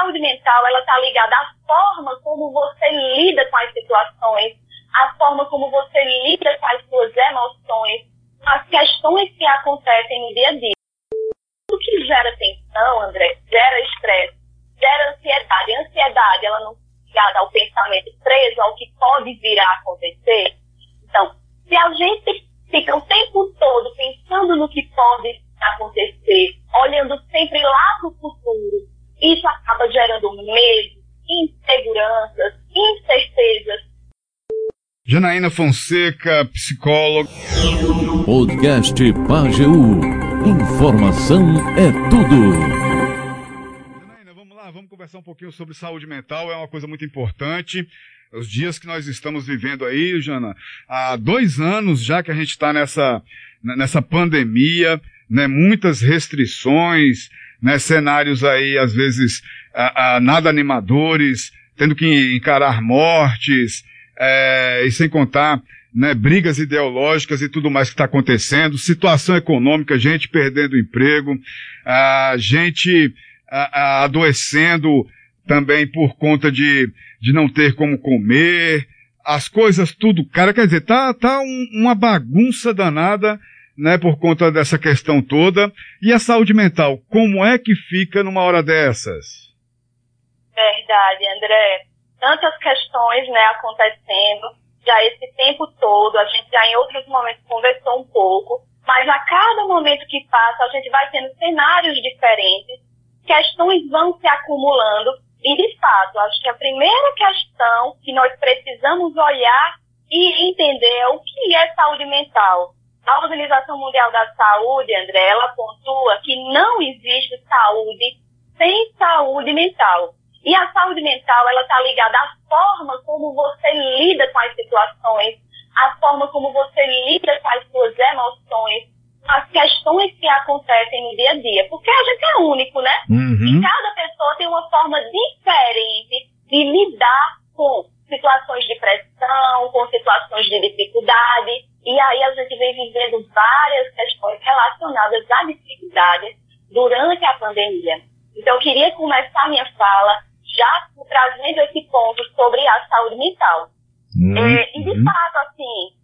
saúde mental, ela está ligada à forma como você lida com as situações, à forma como você lida com as suas emoções, as questões que acontecem no dia a dia. O que gera tensão, André, gera estresse, gera ansiedade. A ansiedade, ela não é ligada ao pensamento preso, ao que pode vir a acontecer. Então, se a gente fica o tempo todo pensando no que pode acontecer, olhando sempre lá no futuro, isso acaba gerando medo, inseguranças, incertezas. Janaína Fonseca, psicóloga. Podcast Pageu. Informação é tudo. Janaína, vamos lá, vamos conversar um pouquinho sobre saúde mental, é uma coisa muito importante. Os dias que nós estamos vivendo aí, Jana, há 2 anos já que a gente está nessa pandemia, né, muitas restrições, né, cenários aí, às vezes, nada animadores, tendo que encarar mortes, e sem contar, né, brigas ideológicas e tudo mais que está acontecendo, situação econômica, gente perdendo emprego, gente adoecendo também por conta de não ter como comer, as coisas tudo, cara, quer dizer, tá uma bagunça danada, né, por conta dessa questão toda. E a saúde mental, como é que fica numa hora dessas? Verdade, André. Tantas questões, né, acontecendo, já esse tempo todo, a gente já em outros momentos conversou um pouco, mas a cada momento que passa, a gente vai tendo cenários diferentes, questões vão se acumulando, e de fato, acho que a primeira questão que nós precisamos olhar e entender é o que é saúde mental. A Organização Mundial da Saúde, André, ela pontua que não existe saúde sem saúde mental. E a saúde mental, ela está ligada à forma como você lida com as situações, à forma como você lida com as suas emoções, as questões que acontecem no dia a dia. Porque a gente é único, né? Uhum. E cada pessoa tem uma forma diferente de lidar com situações de pressão, com situações de dificuldade. E aí a gente vem vivendo várias questões relacionadas à dificuldade durante a pandemia. Então eu queria começar a minha fala já trazendo esse ponto sobre a saúde mental. E de fato, assim,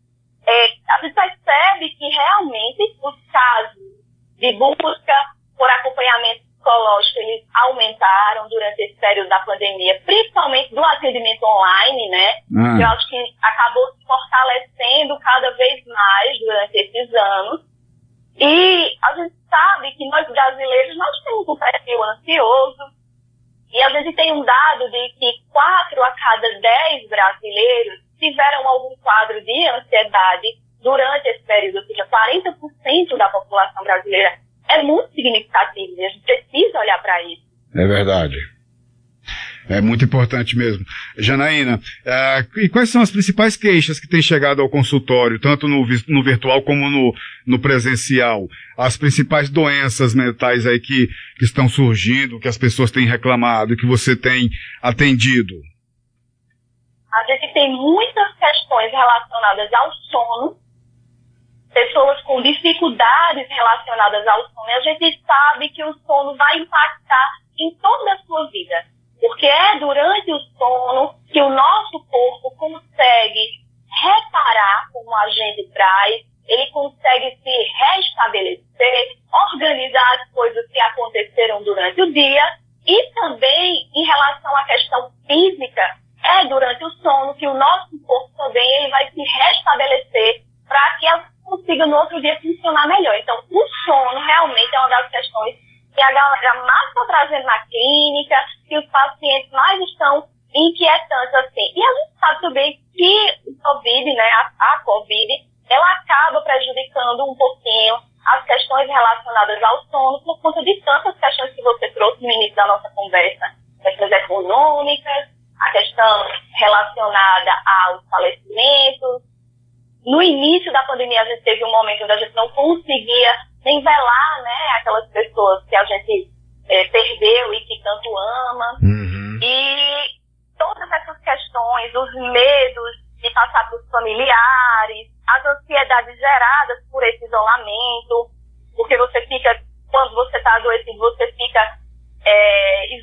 a gente percebe que realmente os casos de busca por acompanhamento psicológico, eles aumentaram durante esse período da pandemia, principalmente do atendimento online, né? Eu acho que acabou se fortalecendo cada vez mais durante esses anos. E a gente sabe que nós brasileiros, nós temos um perfil ansioso, e a gente tem um dado de que 4 a cada 10 brasileiros tiveram algum quadro de ansiedade durante esse período, ou seja, 40% da população brasileira. É muito significativo e a gente precisa olhar para isso. É verdade. É muito importante mesmo. Janaína, e quais são as principais queixas que têm chegado ao consultório, tanto no virtual como no presencial? As principais doenças mentais aí que estão surgindo, que as pessoas têm reclamado, que você tem atendido? A gente tem muitas questões relacionadas ao sono, pessoas com dificuldades relacionadas ao sono, e a gente sabe que o sono vai impactar em toda a sua vida. Porque é durante o sono que o nosso corpo consegue reparar, como a gente traz, ele consegue se restabelecer, organizar as coisas que aconteceram durante o dia, e também em relação à questão física, é durante o sono que o nosso corpo também ele vai se restabelecer para que ela consiga no outro dia funcionar melhor. Então, o sono realmente é uma das questões que a galera mais está trazendo na clínica, que os pacientes mais estão inquietantes assim. E a gente sabe também que o Covid, né, a Covid, ela acaba prejudicando um pouquinho as questões relacionadas ao sono por conta de tantas questões que você trouxe no início da nossa conversa. Questões econômicas, a questão relacionada aos falecimentos. No início da pandemia, a gente teve um momento onde a gente não conseguia nem velar, né, aquelas pessoas que a gente perdeu e que tanto ama. Uhum. E todas essas questões, os medos de passar para os familiares, as ansiedades geradas por esse isolamento, porque você fica, quando você está adoecido, você fica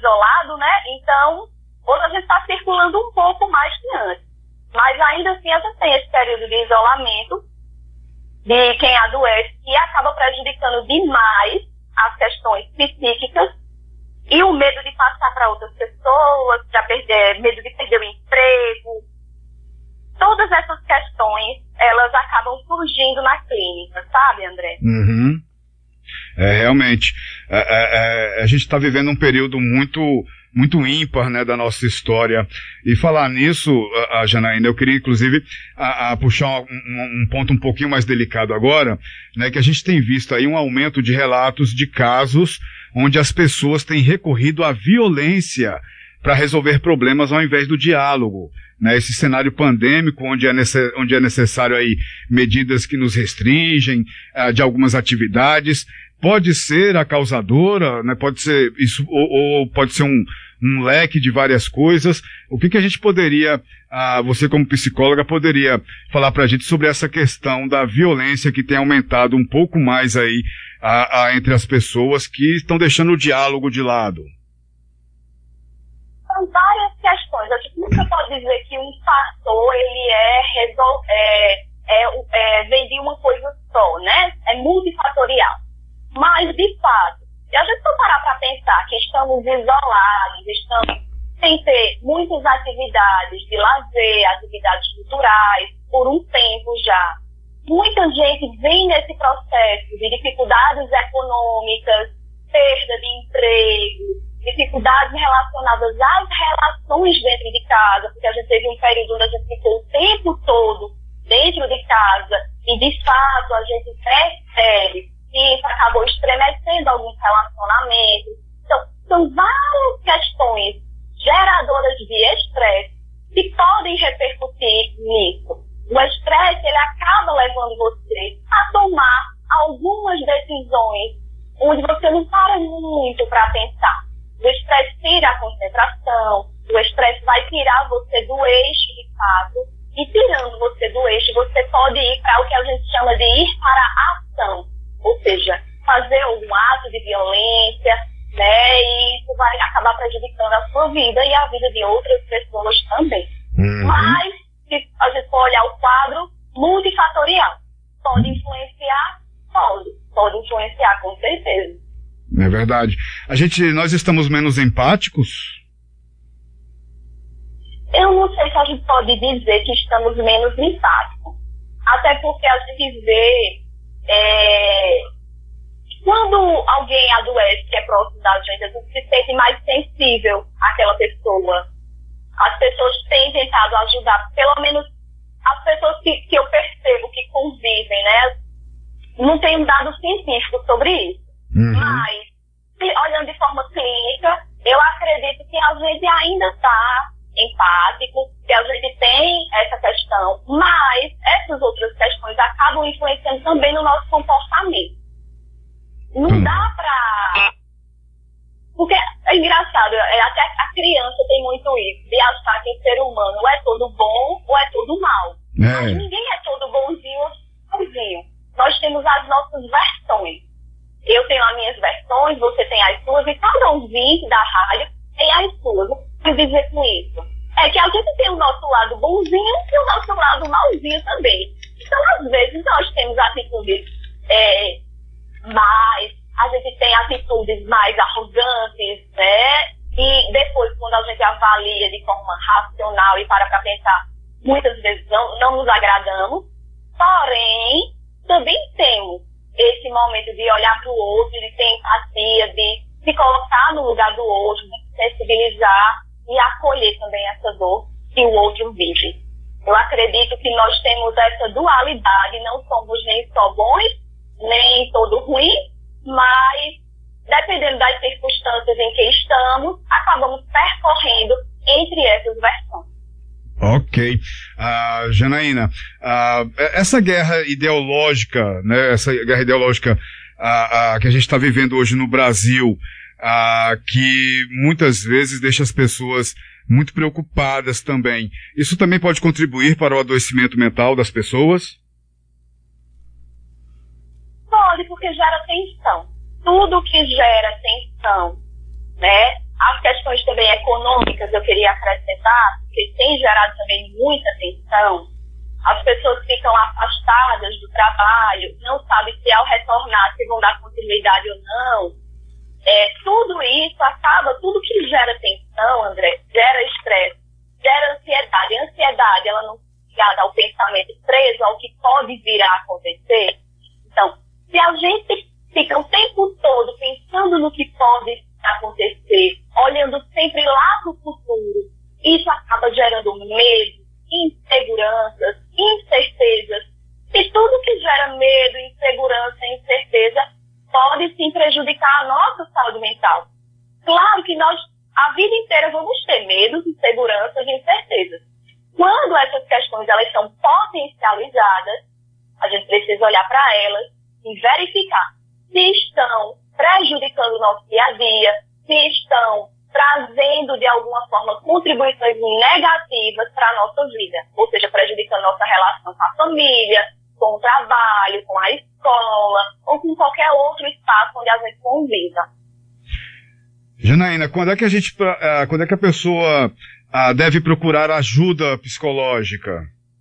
isolado, né? Então, hoje a gente está circulando um pouco mais que antes. Mas ainda assim a gente tem esse período de isolamento de quem adoece, que acaba prejudicando demais as questões psíquicas e o medo de passar para outras pessoas, medo de perder o emprego. Todas essas questões, elas acabam surgindo na clínica, sabe, André? Uhum. Realmente. A gente está vivendo um período muito ímpar, né, da nossa história. E falar nisso, Janaína, eu queria inclusive puxar um ponto um pouquinho mais delicado agora, né, que a gente tem visto aí um aumento de relatos de casos onde as pessoas têm recorrido à violência para resolver problemas ao invés do diálogo. Né, esse cenário pandêmico onde é necessário aí medidas que nos restringem de algumas atividades, pode ser a causadora, né, pode ser isso, ou pode ser um leque de várias coisas. O que a gente poderia, você como psicóloga, poderia falar para a gente sobre essa questão da violência que tem aumentado um pouco mais aí entre as pessoas que estão deixando o diálogo de lado? São várias questões. A gente nunca pode dizer que um fator ele vem de uma coisa só, né? É multifatorial. Mas, de fato, se a gente for parar para pensar que estamos isolados, estamos sem ter muitas atividades de lazer, atividades culturais, por um tempo já, muita gente vem nesse processo de dificuldades econômicas, perda de emprego, dificuldades relacionadas às relações dentro de casa, porque a gente teve um período onde a gente ficou o tempo todo dentro de casa e, de fato, a gente percebe que isso acabou estremecendo alguns relacionamentos. Então, são várias questões geradoras de estresse que podem repercutir nisso. O estresse, ele acaba levando você a tomar algumas decisões onde você não para muito para pensar. O estresse tira a concentração, o estresse vai tirar você do eixo de fato, e tirando você do eixo, você pode ir para o que a gente chama de ir para a ação, ou seja, fazer algum ato de violência, né, e isso vai acabar prejudicando a sua vida e a vida de outras pessoas também. Uhum. Mas, se a gente for olhar o quadro multifatorial, pode influenciar? Pode influenciar, com certeza. É verdade. Nós estamos menos empáticos? Eu não sei se a gente pode dizer que estamos menos empáticos. Até porque a gente vê quando alguém adoece que é próximo da gente, a gente se sente mais sensível àquela pessoa. As pessoas têm tentado ajudar, pelo menos as pessoas que eu percebo que convivem, né? Não tem um dado científico sobre isso. Uhum. Mas, olhando de forma clínica, eu acredito que a gente ainda está empático, que a gente tem essa questão, mas essas outras questões acabam influenciando também no nosso comportamento. Não dá pra... Porque é engraçado, até a criança tem muito isso, de achar que o ser humano ou é todo bom ou é todo mal. Mas ninguém é todo bonzinho ou bonzinho. Nós temos as nossas versões. Eu tenho as minhas versões, você tem as suas, e cada ouvinte da rádio tem as suas. O que eu quero dizer com isso? É que a gente tem o nosso lado bonzinho e o nosso lado malzinho também. Então, às vezes, nós temos atitudes a gente tem atitudes mais arrogantes, né? E depois, quando a gente avalia de forma racional e para pensar, muitas vezes não nos agradamos. Porém, também temos esse momento de olhar para o outro, de ter empatia, de se colocar no lugar do outro, de se sensibilizar e acolher também essa dor que o outro vive. Eu acredito que nós temos essa dualidade, não somos nem só bons, nem todo ruim, mas, dependendo das circunstâncias em que estamos, acabamos percorrendo entre essas versões. Ok. Janaína, essa guerra ideológica, né, que a gente está vivendo hoje no Brasil, que muitas vezes deixa as pessoas muito preocupadas também. Isso também pode contribuir para o adoecimento mental das pessoas? Pode, porque gera tensão. Tudo que gera tensão, né, As questões também econômicas eu queria acrescentar, porque tem gerado também muita tensão. As pessoas ficam afastadas do trabalho, não sabem se ao retornar se vão dar continuidade ou não. Tudo isso acaba, tudo que gera tensão, André, gera estresse, gera ansiedade. A ansiedade, ela não é ligada ao pensamento preso, ao que pode vir a acontecer. Então, se a gente fica o tempo todo pensando no que pode acontecer, olhando sempre lá no futuro, isso acaba gerando medo, inseguranças, incertezas. E tudo que gera medo, insegurança e incerteza pode sim prejudicar a nossa saúde mental. Claro que nós, a vida inteira, vamos ter medos, inseguranças e incertezas. Quando essas questões elas são potencializadas, a gente precisa olhar para elas e verificar se estão prejudicando o nosso dia a dia, se estão trazendo de alguma forma contribuições negativas para a nossa vida, ou seja, prejudicando nossa relação com a família, com o trabalho, com a escola ou com qualquer outro espaço onde a gente conviva. Janaína, quando é que a pessoa deve procurar ajuda psicológica?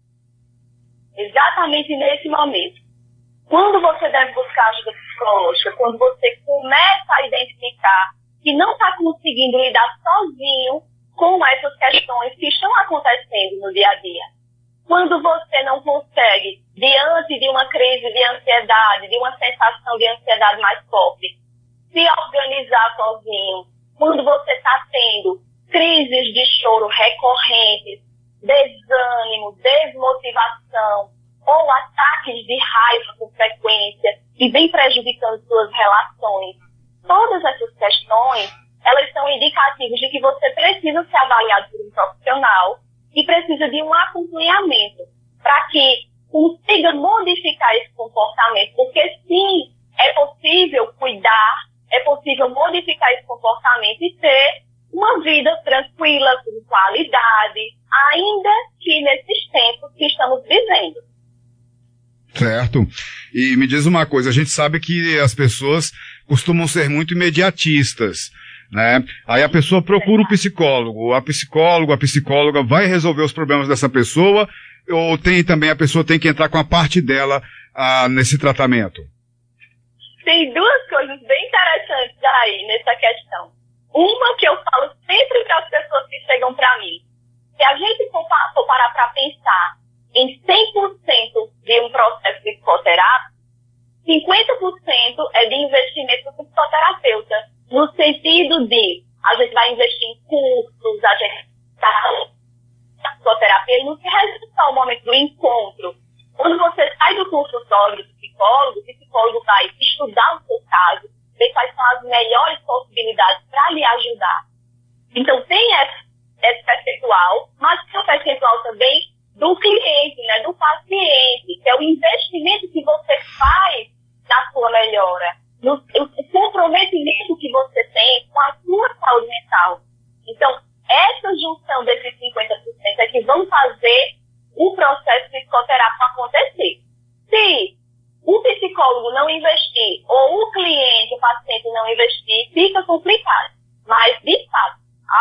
Exatamente nesse momento. Quando você deve buscar ajuda psicológica? Quando você começa a identificar que não está conseguindo lidar sozinho com essas questões que estão acontecendo no dia a dia. Quando você não consegue, diante de uma crise de ansiedade, de uma sensação de ansiedade mais forte, se organizar sozinho. Quando você está tendo crises de choro recorrentes, desânimo, desmotivação, ou ataques de raiva com frequência, que vem prejudicando suas relações. Todas essas questões, elas são indicativos de que você precisa ser avaliado por um profissional e precisa de um acompanhamento para que consiga modificar esse comportamento, porque sim, é possível cuidar, é possível modificar esse comportamento e ter uma vida tranquila, com qualidade, ainda que nesses tempos que estamos vivendo. Certo. E me diz uma coisa, a gente sabe que as pessoas costumam ser muito imediatistas, né? Aí a pessoa procura um psicólogo, a psicóloga vai resolver os problemas dessa pessoa, ou a pessoa tem que entrar com a parte dela nesse tratamento? Tem duas coisas bem interessantes aí nessa questão. Uma que eu falo sempre para as pessoas que chegam para mim. Se a gente for parar para pensar em 100% de um processo psicoterápico, 50% é de investimento do psicoterapeuta, no sentido de a gente vai investir em cursos, a gente está na psicoterapia, e não se resume só ao momento do encontro. Quando você sai do consultório do psicólogo, o psicólogo vai estudar o seu caso, ver quais são as melhores possibilidades para lhe ajudar. Então tem esse percentual, mas tem o percentual também do cliente, né, do paciente, que é o investimento que você faz na sua melhora, o comprometimento que você tem com a sua saúde mental. Então, essa junção desses 50% é que vão fazer o processo psicoterápico acontecer. Se o psicólogo não investir, ou o cliente, o paciente não investir, fica complicado. Mas, de fato,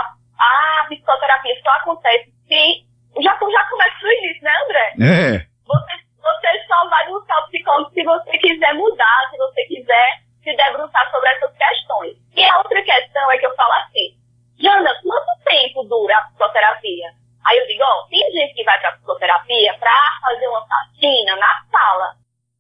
a psicoterapia só acontece se... Já começa no início, né, André? Você só vai buscar o psicólogo se você quiser mudar, se você quiser se debruçar sobre essas questões. E a outra questão é que eu falo assim, Jana, quanto tempo dura a psicoterapia? Aí eu digo, tem gente que vai para a psicoterapia para fazer uma faxina na sala.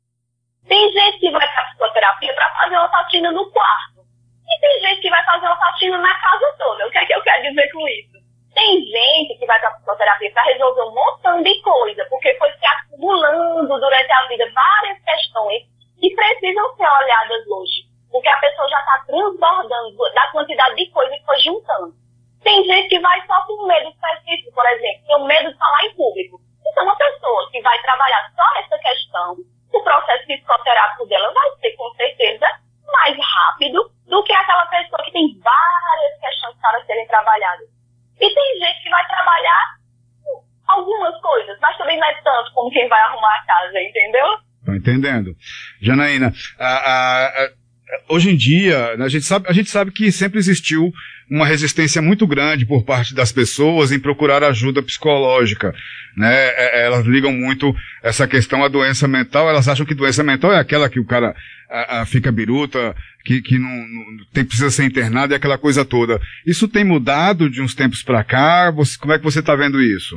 Tem gente que vai para a psicoterapia para fazer uma faxina no quarto. E tem gente que vai fazer uma faxina na casa toda. O que é que eu quero dizer com isso? Tem gente que vai para a psicoterapia para resolver um montão de coisa, porque foi se acumulando durante a vida várias questões que precisam ser olhadas hoje, porque a pessoa já está transbordando da quantidade de coisas que foi juntando. Tem gente que vai só com medo específico, por exemplo, tem o medo de falar em público. Então, uma pessoa que vai trabalhar só essa questão, o processo psicoterápico dela vai ser, com certeza, mais rápido do que aquela pessoa que tem várias questões para serem trabalhadas. E tem gente que vai trabalhar algumas coisas, mas também não é tanto como quem vai arrumar a casa, entendeu? Estou entendendo. Janaína, hoje em dia, né, a gente sabe que sempre existiu uma resistência muito grande por parte das pessoas em procurar ajuda psicológica, né? Elas ligam muito essa questão à doença mental, elas acham que doença mental é aquela que o cara fica biruta, que não precisa ser internado e aquela coisa toda. Isso tem mudado de uns tempos para cá? Como é que você está vendo isso?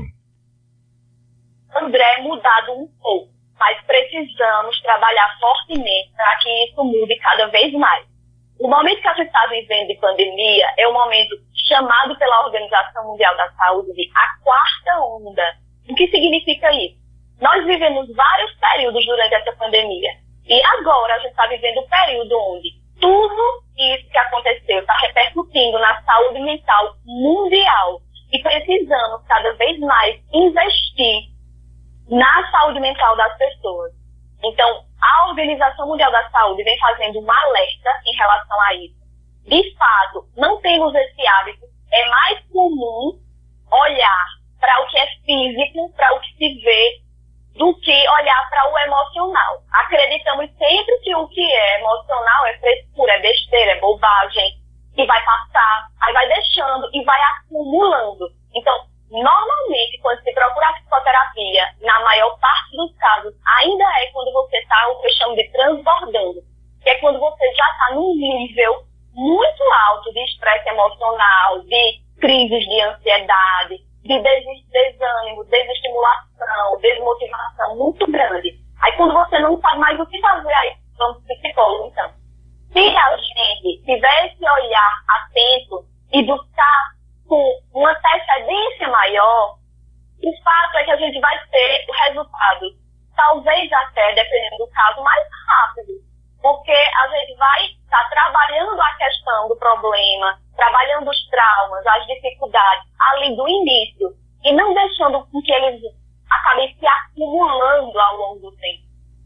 André, mudado um pouco, mas precisamos trabalhar fortemente para que isso mude cada vez mais. O momento que a gente está vivendo de pandemia é um momento chamado pela Organização Mundial da Saúde de a quarta onda. O que significa isso? Nós vivemos vários períodos durante essa pandemia. E agora a gente está vivendo um período onde tudo isso que aconteceu está repercutindo na saúde mental mundial. E precisamos cada vez mais investir na saúde mental das pessoas. Então, a Organização Mundial da Saúde vem fazendo um alerta em relação a isso. De fato, não temos esse hábito. É mais comum olhar para o que é físico, para o que se vê, do que olhar para o emocional. Acreditamos sempre que o que é emocional é frescura, é besteira, é bobagem, e vai passar, aí vai deixando e vai acumulando. Então, normalmente, quando se procura a psicoterapia, na maior parte dos casos, ainda é quando você está o que eu chamo de transbordando, que é quando você já está num nível muito alto de estresse emocional, de crises de ansiedade, de desânimo, desestimulação, desmotivação muito grande. Aí quando você não sabe mais o que fazer, aí vamos para o psicólogo, então. Se a gente tiver esse olhar atento e buscar com uma antecedência maior, o fato é que a gente vai ter o resultado, talvez até, dependendo do caso, mais rápido, porque a gente vai estar trabalhando a questão do problema, trabalhando os traumas, as dificuldades ali do início, e não deixando com que eles acabem se acumulando ao longo do tempo.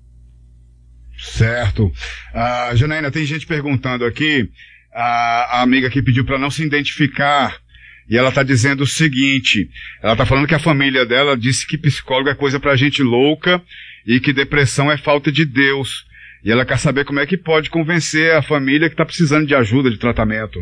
Certo. Janaína, tem gente perguntando aqui, a amiga que pediu para não se identificar, e ela está dizendo o seguinte, ela está falando que a família dela disse que psicólogo é coisa pra gente louca e que depressão é falta de Deus. E ela quer saber como é que pode convencer a família que está precisando de ajuda, de tratamento.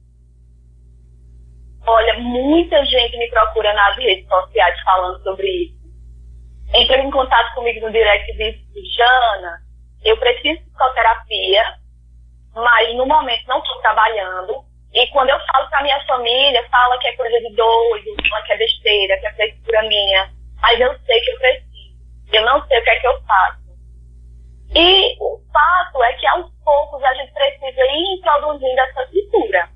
Olha, muita gente me procura nas redes sociais falando sobre isso. Entra em contato comigo no direct e diz, Jana, eu preciso de psicoterapia, mas no momento não estou trabalhando. E quando eu falo pra minha família, fala que é coisa de doido, fala que é besteira, que é frescura minha. Mas eu sei que eu preciso. Eu não sei o que é que eu faço. E o fato é que aos poucos a gente precisa ir introduzindo essa cultura.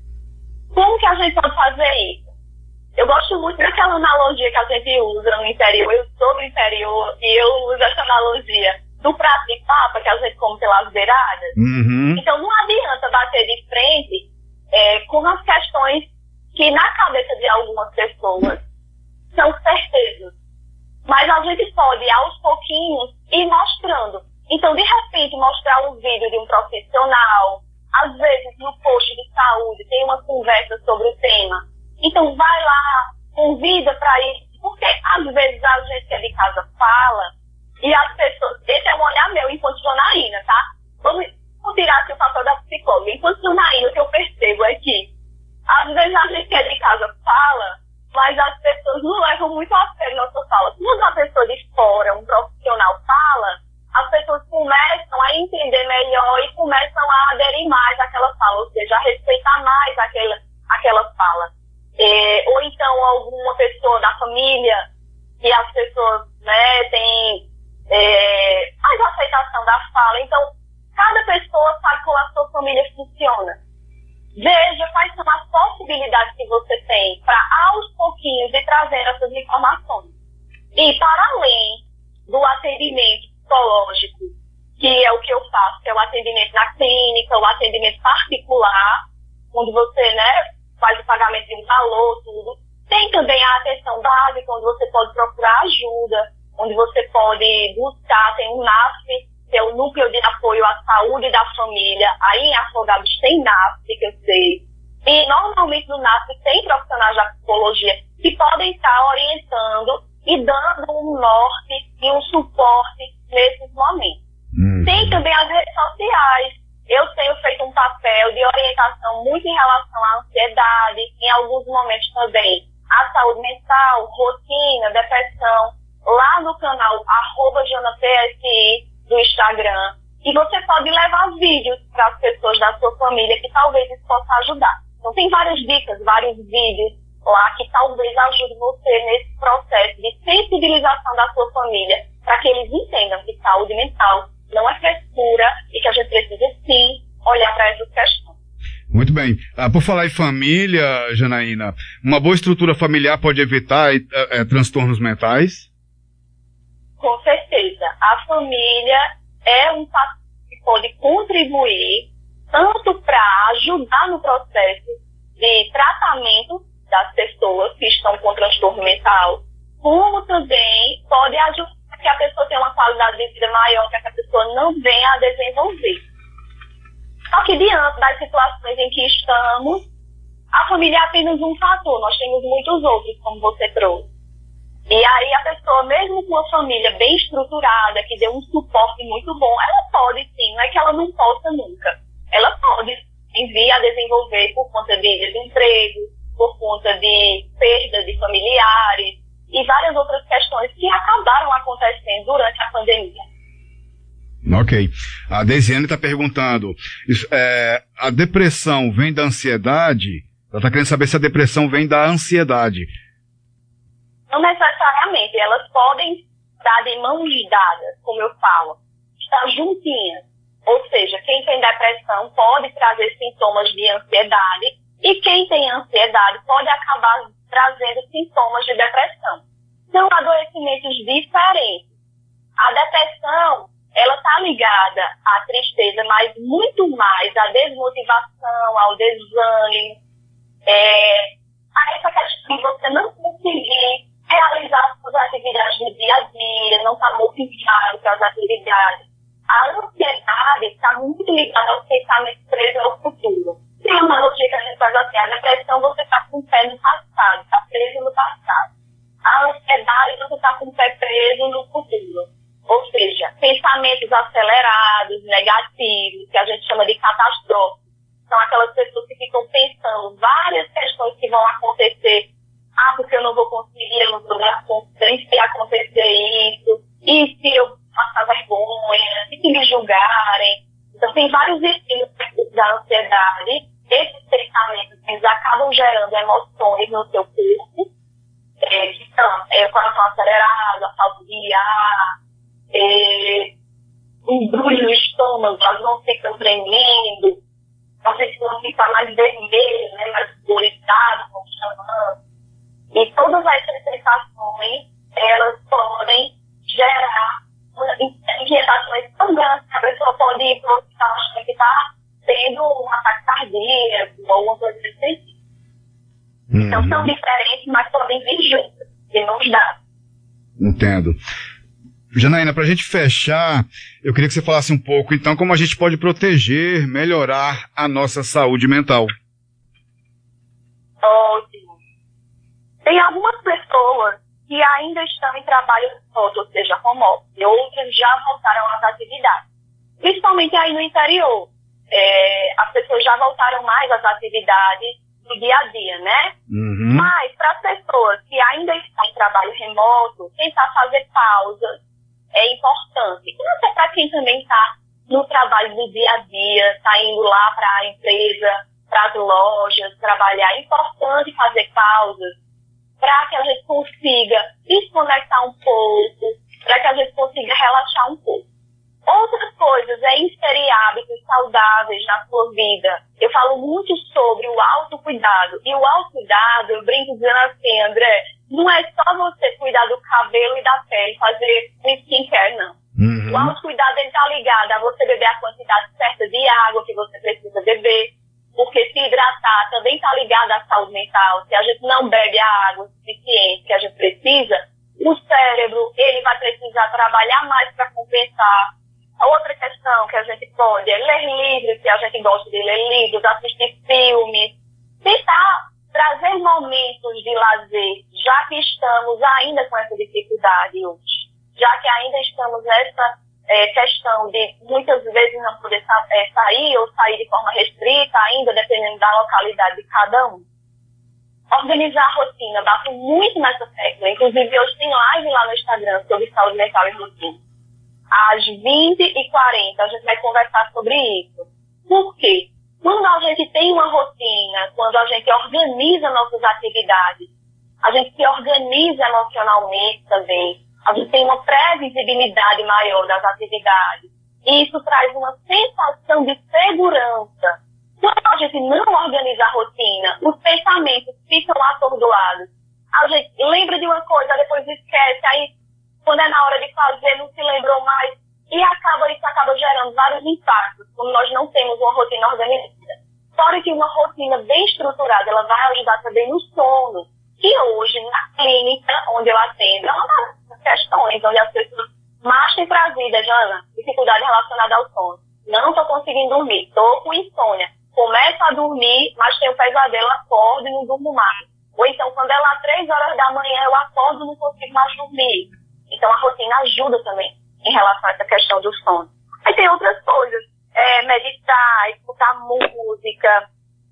Como que a gente pode fazer isso? Eu gosto muito daquela analogia que a gente usa no interior. Eu sou do interior e eu uso essa analogia do prato de papa que a gente come pelas beiradas. Uhum. Então não adianta bater de frente com as questões que na cabeça de algumas pessoas são certezas. Mas a gente pode, aos pouquinhos, ir mostrando. Então, de repente, mostrar um vídeo de um profissional, às vezes no posto de saúde tem uma conversa sobre o tema. Então, vai lá, convida para isso, porque às vezes a gente que é de casa fala e as pessoas, esse é um olhar meu enquanto Janaína, tá? Vamos tirar aqui o papel da psicóloga. Enquanto Janaína, o que eu percebo é que às vezes a gente que é de casa fala, mas as pessoas não levam muito a sério nossa fala. Quando uma pessoa de fora, um profissional fala, as pessoas começam a entender melhor e começam a aderir mais àquela fala, ou seja, a respeitar mais aquela fala. Ou então alguma pessoa da família, que as pessoas, né, têm mais aceitação da fala. Então, cada pessoa sabe como a sua família funciona. Veja quais são as possibilidades que você tem para, aos pouquinhos, ir trazendo essas informações. E, para além do atendimento psicológico, que é o que eu faço, que é o atendimento na clínica, o atendimento particular, onde você, né, faz o pagamento de um valor, tudo. Tem também a atenção básica, onde você pode procurar ajuda, onde você pode buscar, tem um NASF, que é o Núcleo de Apoio à Saúde da Família. Aí em Afogados tem NASF, que eu sei. E normalmente no NASF tem profissionais da psicologia que podem estar orientando e dando um norte e um suporte nesses momentos. Tem também as redes sociais. eu tenho feito um papel de orientação muito em relação à ansiedade, em alguns momentos também à saúde mental, rotina, depressão, lá no canal @JanaPSI do Instagram. E você pode levar vídeos para as pessoas da sua família que talvez isso possa ajudar. Então tem várias dicas, vários vídeos lá que talvez ajude você nesse processo de sensibilização da sua família, para que eles entendam que saúde mental não é frescura e que a gente precisa sim olhar para essas questões. Muito bem. Por falar em família, Janaína, uma boa estrutura familiar pode evitar transtornos mentais? Com certeza. A família é um fator que pode contribuir tanto para ajudar no processo de tratamento das pessoas que estão com transtorno mental, como também pode ajudar que a pessoa tenha uma qualidade de vida maior, que a pessoa não venha a desenvolver. Só que diante das situações em que estamos, a família é apenas um fator, nós temos muitos outros, como você trouxe. E aí a pessoa, mesmo com uma família bem estruturada, que dê um suporte muito bom, ela pode sim, não é que ela não possa nunca. Ela pode vir a desenvolver por conta de desemprego, por conta de perda de familiares, e várias outras questões que acabaram acontecendo durante a pandemia. Ok. A Deisiane está perguntando, a depressão vem da ansiedade? Ela está querendo saber se a depressão vem da ansiedade. Não necessariamente, elas podem estar de mãos dadas, como eu falo, estar juntinhas. Ou seja, quem tem depressão pode trazer sintomas de ansiedade e quem tem ansiedade pode acabar trazendo sintomas de depressão. São adoecimentos diferentes. A depressão, ela está ligada à tristeza, mas muito mais à desmotivação, ao desânimo, a essa questão de você não conseguir realizar suas atividades do dia a dia, não estar motivado para as atividades. A ansiedade está muito ligada aos pensamentos presos ao futuro. Tem uma analogia que a gente faz assim, a depressão você está com o pé no passado, está preso no passado. A ansiedade você está com o pé preso no futuro. Ou seja, pensamentos acelerados, negativos, que a gente chama de catastróficos. São aquelas pessoas que ficam pensando várias questões que vão acontecer. Porque eu não vou conseguir, eu não vou dar conta, e se acontecer isso, e se eu passar vergonha, e se me julgarem. Então tem vários estilos da ansiedade. Esses pensamentos, eles acabam gerando emoções no seu corpo, que são o coração acelerado, a falta de ar, um embrulho no estômago, as mãos ficam tremendo, vocês vão ficar mais vermelhos, né, mais corizados, como chamamos. E todas essas sensações, elas podem gerar inquietações tão grandes que a pessoa pode ir para o hospital achando que está tendo um ataque cardíaco ou alguma coisa desse tipo. Então são diferentes, mas podem vir juntas, e não dá. Entendo. Janaína, para a gente fechar, eu queria que você falasse um pouco, então, como a gente pode proteger, melhorar a nossa saúde mental. Ótimo. Tem algumas pessoas que ainda estão em trabalho remoto, ou seja, home office, e outras já voltaram às atividades. Principalmente aí no interior. As pessoas já voltaram mais às atividades do dia a dia, né? Uhum. Mas para as pessoas que ainda estão em trabalho remoto, tentar fazer pausas é importante. E até para quem também está no trabalho do dia a dia, está indo lá para a empresa, para as lojas, trabalhar, é importante fazer pausas para que a gente consiga desconectar um pouco, para que a gente consiga relaxar um pouco. Outras coisas é inserir hábitos saudáveis na sua vida. Eu falo muito sobre o autocuidado. E o autocuidado, eu brinco dizendo assim, André, não é só você cuidar do cabelo e da pele, fazer um skincare, não. Uhum. O autocuidado está ligado a você beber a quantidade certa de água que você precisa beber, porque se hidratar também está ligado à saúde mental. Se a gente não bebe a água suficiente que a gente precisa, o cérebro ele vai precisar trabalhar mais para compensar. A outra questão que a gente pode é ler livros, se a gente gosta de ler livros, assistir filmes, tentar trazer momentos de lazer, já que estamos ainda com essa dificuldade hoje, já que ainda estamos nessa questão de muitas vezes não poder sair ou sair de forma restrita ainda, dependendo da localidade de cada um. Organizar a rotina, bato muito nessa tecla. Inclusive, hoje tem live lá no Instagram sobre saúde mental e rotina. Às 20h40 a gente vai conversar sobre isso. Por quê? Quando a gente tem uma rotina, quando a gente organiza nossas atividades, a gente se organiza emocionalmente também, a gente tem uma previsibilidade maior das atividades. E isso traz uma sensação de segurança. Quando a gente não organiza a rotina, os pensamentos ficam atordoados. A gente lembra de uma coisa, depois esquece, aí quando é na hora de fazer não se lembrou mais. E isso acaba gerando vários impactos, como nós não temos uma rotina organizada. Fora que uma rotina bem estruturada, ela vai ajudar também no sono. E hoje, na clínica onde eu atendo, é uma das questões onde as pessoas mais têm trazido, Jana, dificuldade relacionada ao sono. Não estou conseguindo dormir, estou com insônia. Começo a dormir, mas tenho pesadelo, acordo e não durmo mais. Ou então, quando é lá 3 horas da manhã, eu acordo e não consigo mais dormir. Então, a rotina ajuda também em relação a essa questão do sono. Aí tem outras coisas, meditar, escutar música,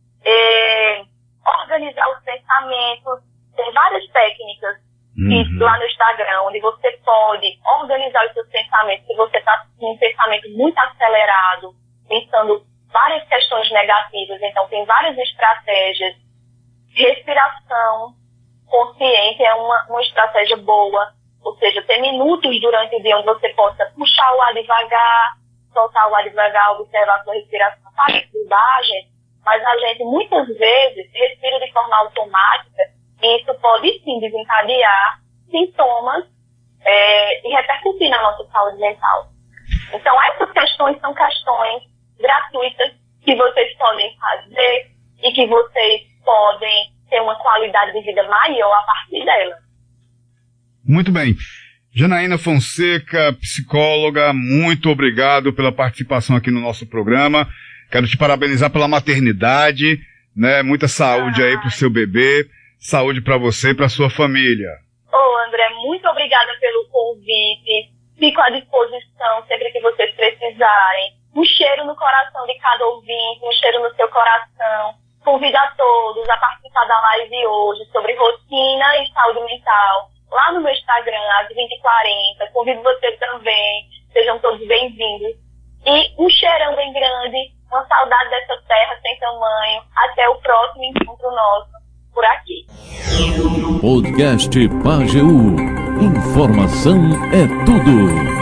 organizar os pensamentos. Tem várias técnicas lá no Instagram, onde você pode organizar os seus pensamentos. Se você está com um pensamento muito acelerado, pensando várias questões negativas, então tem várias estratégias. Respiração consciente é uma estratégia boa. Ou seja, tem minutos durante o dia onde você possa puxar o ar devagar, soltar o ar devagar, observar a sua respiração. Sabe que bobagem, mas a gente muitas vezes respira de forma automática e isso pode sim desencadear sintomas e repercutir na nossa saúde mental. Então essas questões são questões gratuitas que vocês podem fazer e que vocês podem ter uma qualidade de vida maior a partir delas. Muito bem. Janaína Fonseca, psicóloga, muito obrigado pela participação aqui no nosso programa. Quero te parabenizar pela maternidade, né? Muita saúde aí pro seu bebê, saúde para você e para sua família. André, muito obrigada pelo convite. Fico à disposição sempre que vocês precisarem. Um cheiro no coração de cada ouvinte, um cheiro no seu coração. Convido a todos a participar da live hoje sobre rotina e saúde mental. Lá no meu Instagram, às 20h40. Convido vocês também. Sejam todos bem-vindos. E um cheirão bem grande, uma saudade dessa terra sem tamanho. Até o próximo encontro nosso por aqui. Podcast PAJEU. Informação é tudo.